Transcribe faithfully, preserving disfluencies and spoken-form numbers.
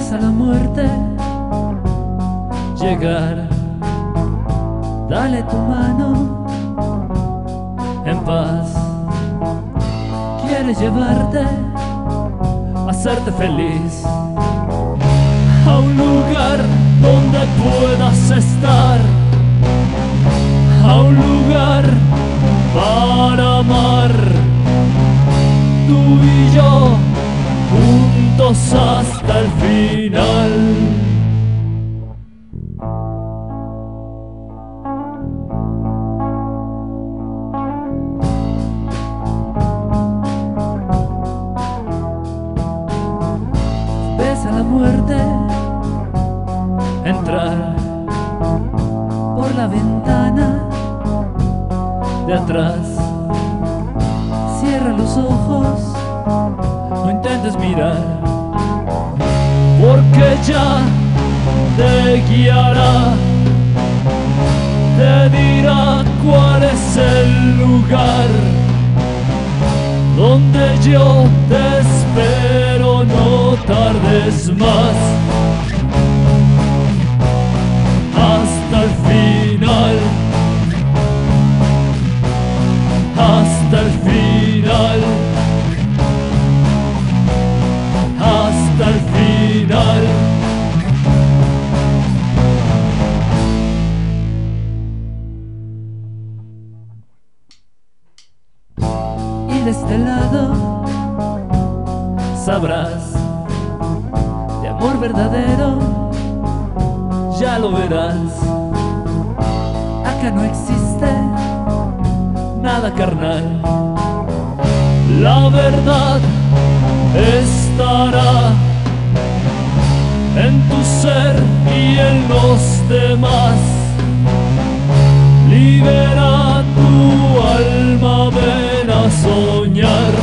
ves a la muerte llegar, dale tu mano en paz. Quiere llevarte, hacerte feliz a un lugar donde puedas estar, a un lugar para amar, tú y yo juntos hasta el final. Ves a la muerte entrar por la ventana de atrás, cierra los ojos, no intentes mirar, porque ya te guiará, te dirá cuál es el lugar donde yo te espero, no tardes más, hasta el final, hasta el final, hasta el final. Y de este lado sabrás de amor verdadero, ya lo verás. Acá no existe nada carnal, la verdad estará en tu ser y en los demás. Libera tu alma, ven a soñar.